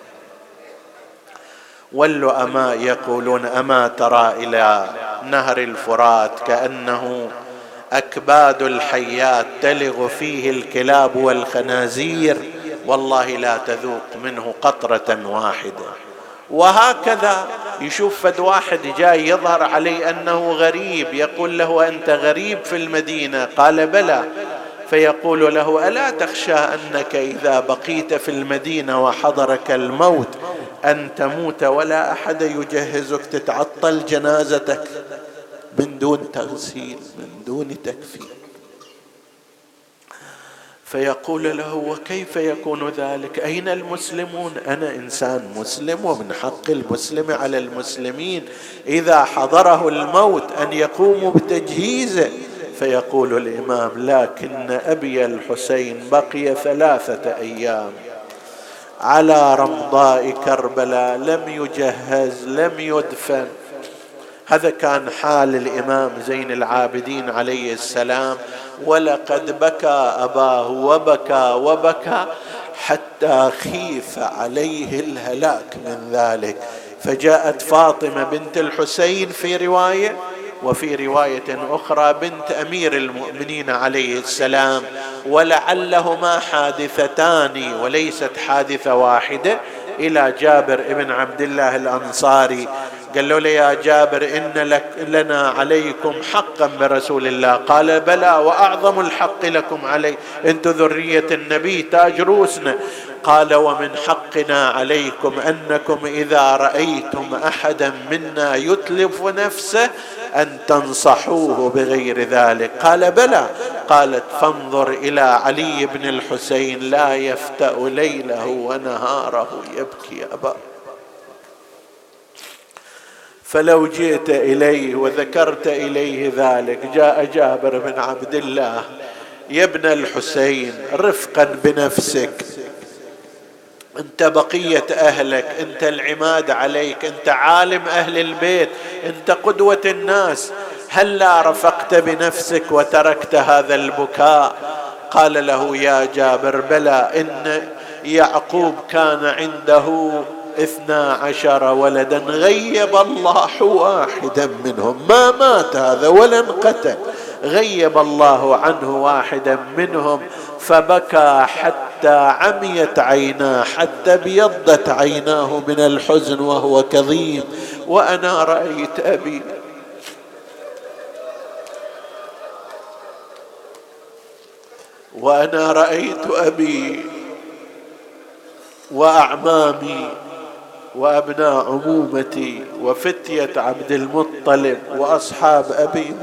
واللؤماء يقولون: أما ترى إلى نهر الفرات كأنه أكباد الحيات تلغ فيه الكلاب والخنازير، والله لا تذوق منه قطرة واحدة. وهكذا يشوف فد واحد جاي يظهر عليه أنه غريب، يقول له: أنت غريب في المدينة؟ قال: بلى. فيقول له: ألا تخشى أنك إذا بقيت في المدينة وحضرك الموت أن تموت ولا أحد يجهزك، تتعطل جنازتك من دون تغسيل، من دون تكفين؟ فيقول له: وكيف يكون ذلك؟ أين المسلمون؟ أنا إنسان مسلم، ومن حق المسلم على المسلمين إذا حضره الموت أن يقوموا بتجهيزه. فيقول الإمام: لكن أبي الحسين بقي 3 أيام على رمضاء كربلاء، لم يجهز، لم يدفن. هذا كان حال الإمام زين العابدين عليه السلام. ولقد بكى أباه وبكى وبكى حتى خيف عليه الهلاك من ذلك. فجاءت فاطمة بنت الحسين في رواية، وفي رواية أخرى بنت أمير المؤمنين عليه السلام، ولعلهما حادثتان وليست حادثة واحدة، إلى جابر ابن عبد الله الأنصاري. قالوا له: يا جابر، إن لنا عليكم حقا برسول الله. قال: بلى، وأعظم الحق لكم علي، أنتم ذرية النبي، تاج رؤوسنا. قال: ومن حقنا عليكم أنكم إذا رأيتم أحدا منا يتلف نفسه أن تنصحوه بغير ذلك. قال: بلى. قالت: فانظر إلى علي بن الحسين لا يفتأ ليله ونهاره يبكي أبا. فلو جئت إليه وذكرت إليه ذلك، جاء جابر بن عبد الله: يا ابن الحسين، رفقا بنفسك، أنت بقية أهلك، أنت العماد عليك، أنت عالم أهل البيت، أنت قدوة الناس، هل لا رفقت بنفسك وتركت هذا البكاء؟ قال له: يا جابر، بلى، إن يعقوب كان عنده 12 ولدا، غيب الله واحدا منهم، ما مات هذا ولا انقتل، غيب الله عنه واحدا منهم، فبكى حتى عميت عيناه، حتى ابيضت عيناه من الحزن وهو كظيم. وأنا رأيت أبي، وأنا رأيت أبي وأعمامي وأبناء عمومتي وفتية عبد المطلب وأصحاب أبي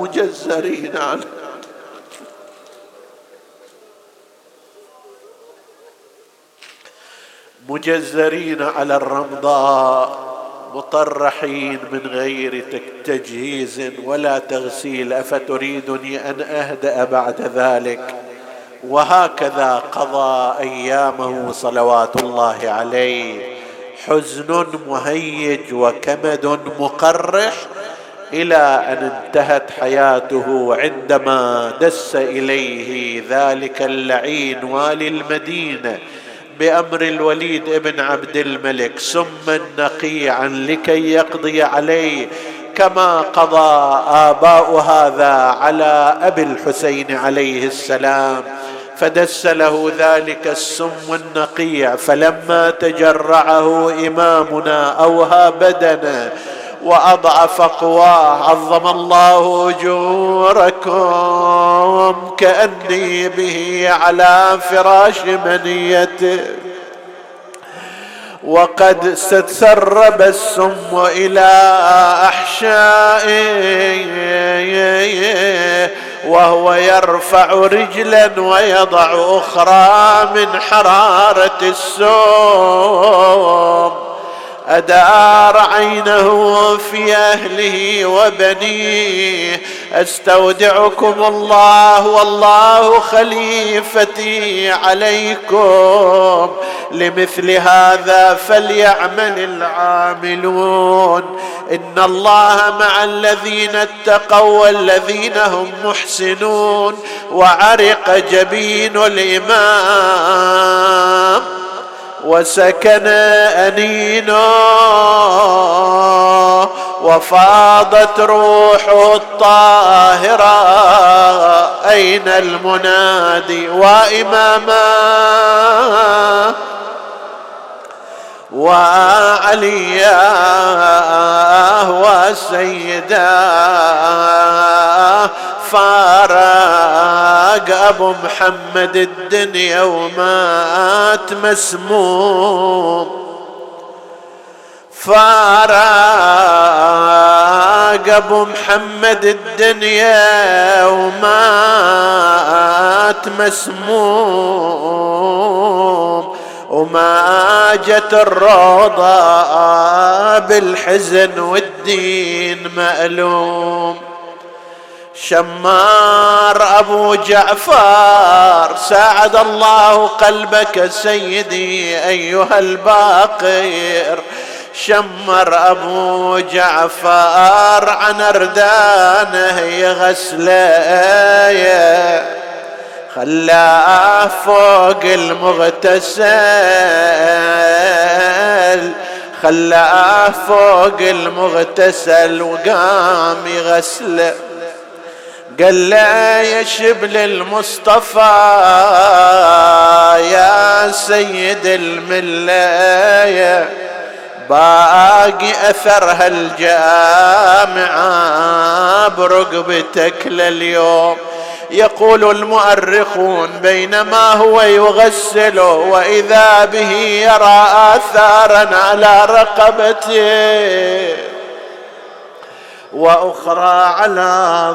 مجزرين على الرمضاء، مطرحين من غير تجهيز ولا تغسيل. أفتريدني أن أهدأ بعد ذلك؟ وهكذا قضى أيامه صلوات الله عليه، حزن مهيج وكمد مقرح، إلى أن انتهت حياته عندما دس إليه ذلك اللعين والي المدينة بأمر الوليد ابن عبد الملك سما نقيعا لكي يقضي عليه، كما قضى آباء هذا على أبي الحسين عليه السلام. فدس له ذلك السم النقيع، فلما تجرعه إمامنا أوهى بدنه وأضعف قواه، عظم الله أجوركم كأني به على فراش منيته، وقد تسرب السم إلى أحشائه، وهو يرفع رجلا ويضع أخرى من حرارة السم. أدار عينه في أهله وبنيه. أستودعكم الله والله خليفتي عليكم، لمثل هذا فليعمل العاملون. إن الله مع الذين اتقوا والذين هم محسنون. وعرق جبين الإمام وسكن أنينه وفاضت روحه الطاهرة. أين المنادي وإماما وعلياه وسيداه. فارق أبو محمد الدنيا ومات مسموم. فارق أبو محمد الدنيا ومات مسموم. وما جت الروضة بالحزن والدين مألوم. شمار أبو جعفر ساعد الله قلبك سيدي أيها الباقر. شمر أبو جعفر عن أردانه يغسله، خلاه فوق المغتسل، خلاه فوق المغتسل وقام يغسله. قال له يا شبل المصطفى يا سيد الملة، باقي أثر هالجامعة برقبتك لليوم. يقول المؤرخون بينما هو يغسل وإذا به يرى آثارا على رقبته وأخرى على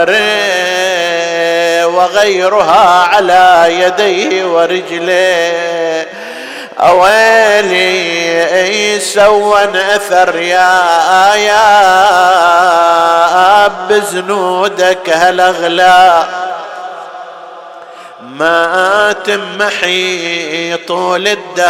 ظهره وغيرها على يديه ورجليه. أويلي سوى أثر يا بزنودك هالأغلى، ما تمحي طول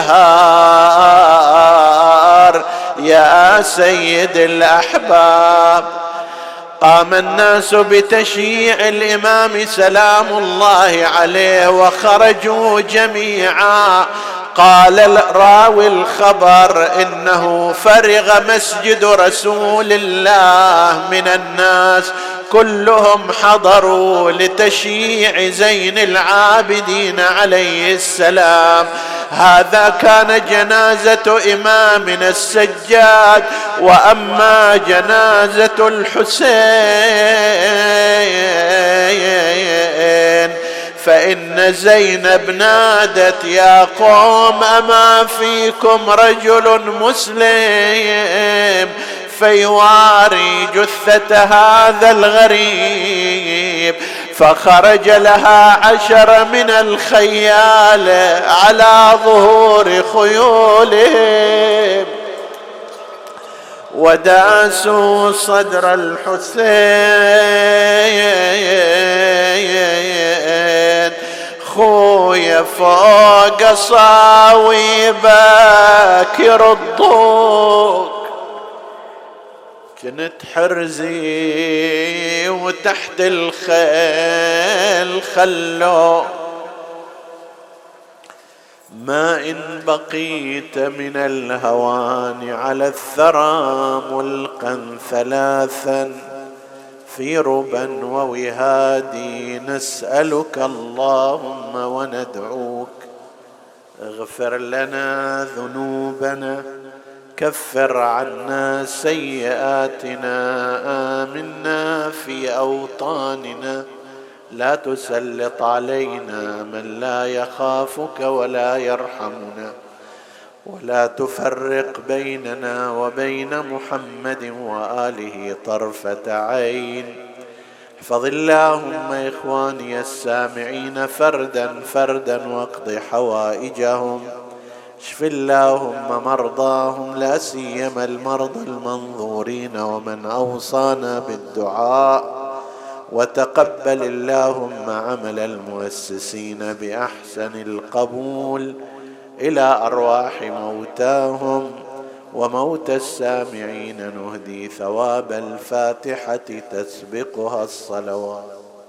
الدهار يا سيد الأحباب. قام الناس بتشييع الإمام سلام الله عليه وخرجوا جميعا. قال راوي الخبر إنه فرغ مسجد رسول الله من الناس، كلهم حضروا لتشييع زين العابدين عليه السلام. هذا كان جنازة إمامنا السجاد. وأما جنازة الحسين فإن زينب نادت يا قوم أما فيكم رجل مسلم فيواري جثة هذا الغريب. فخرج لها 10 من الخيال على ظهور خيولهم وداسوا صدر الحسين. خويا فوق صاويبك يرضوك، كنت حرزي وتحت الخيل خلو، ما إن بقيت من الهوان على الثرى ملقا 3 في ربا ووهادي. نسألك اللهم وندعوك اغفر لنا ذنوبنا، كفر عنا سيئاتنا، آمنا في أوطاننا، لا تسلط علينا من لا يخافك ولا يرحمنا، ولا تفرق بيننا وبين محمد وآله طرفة عين. احفظ اللهم إخواني السامعين فردا فردا واقض حوائجهم اشف اللهم مرضاهم لا سيما المرضى المنظورين ومن أوصانا بالدعاء، وتقبل اللهم عمل المؤسسين بأحسن القبول إلى أرواح موتاهم وموتى السامعين. نهدي ثواب الفاتحة تسبقها الصلوات.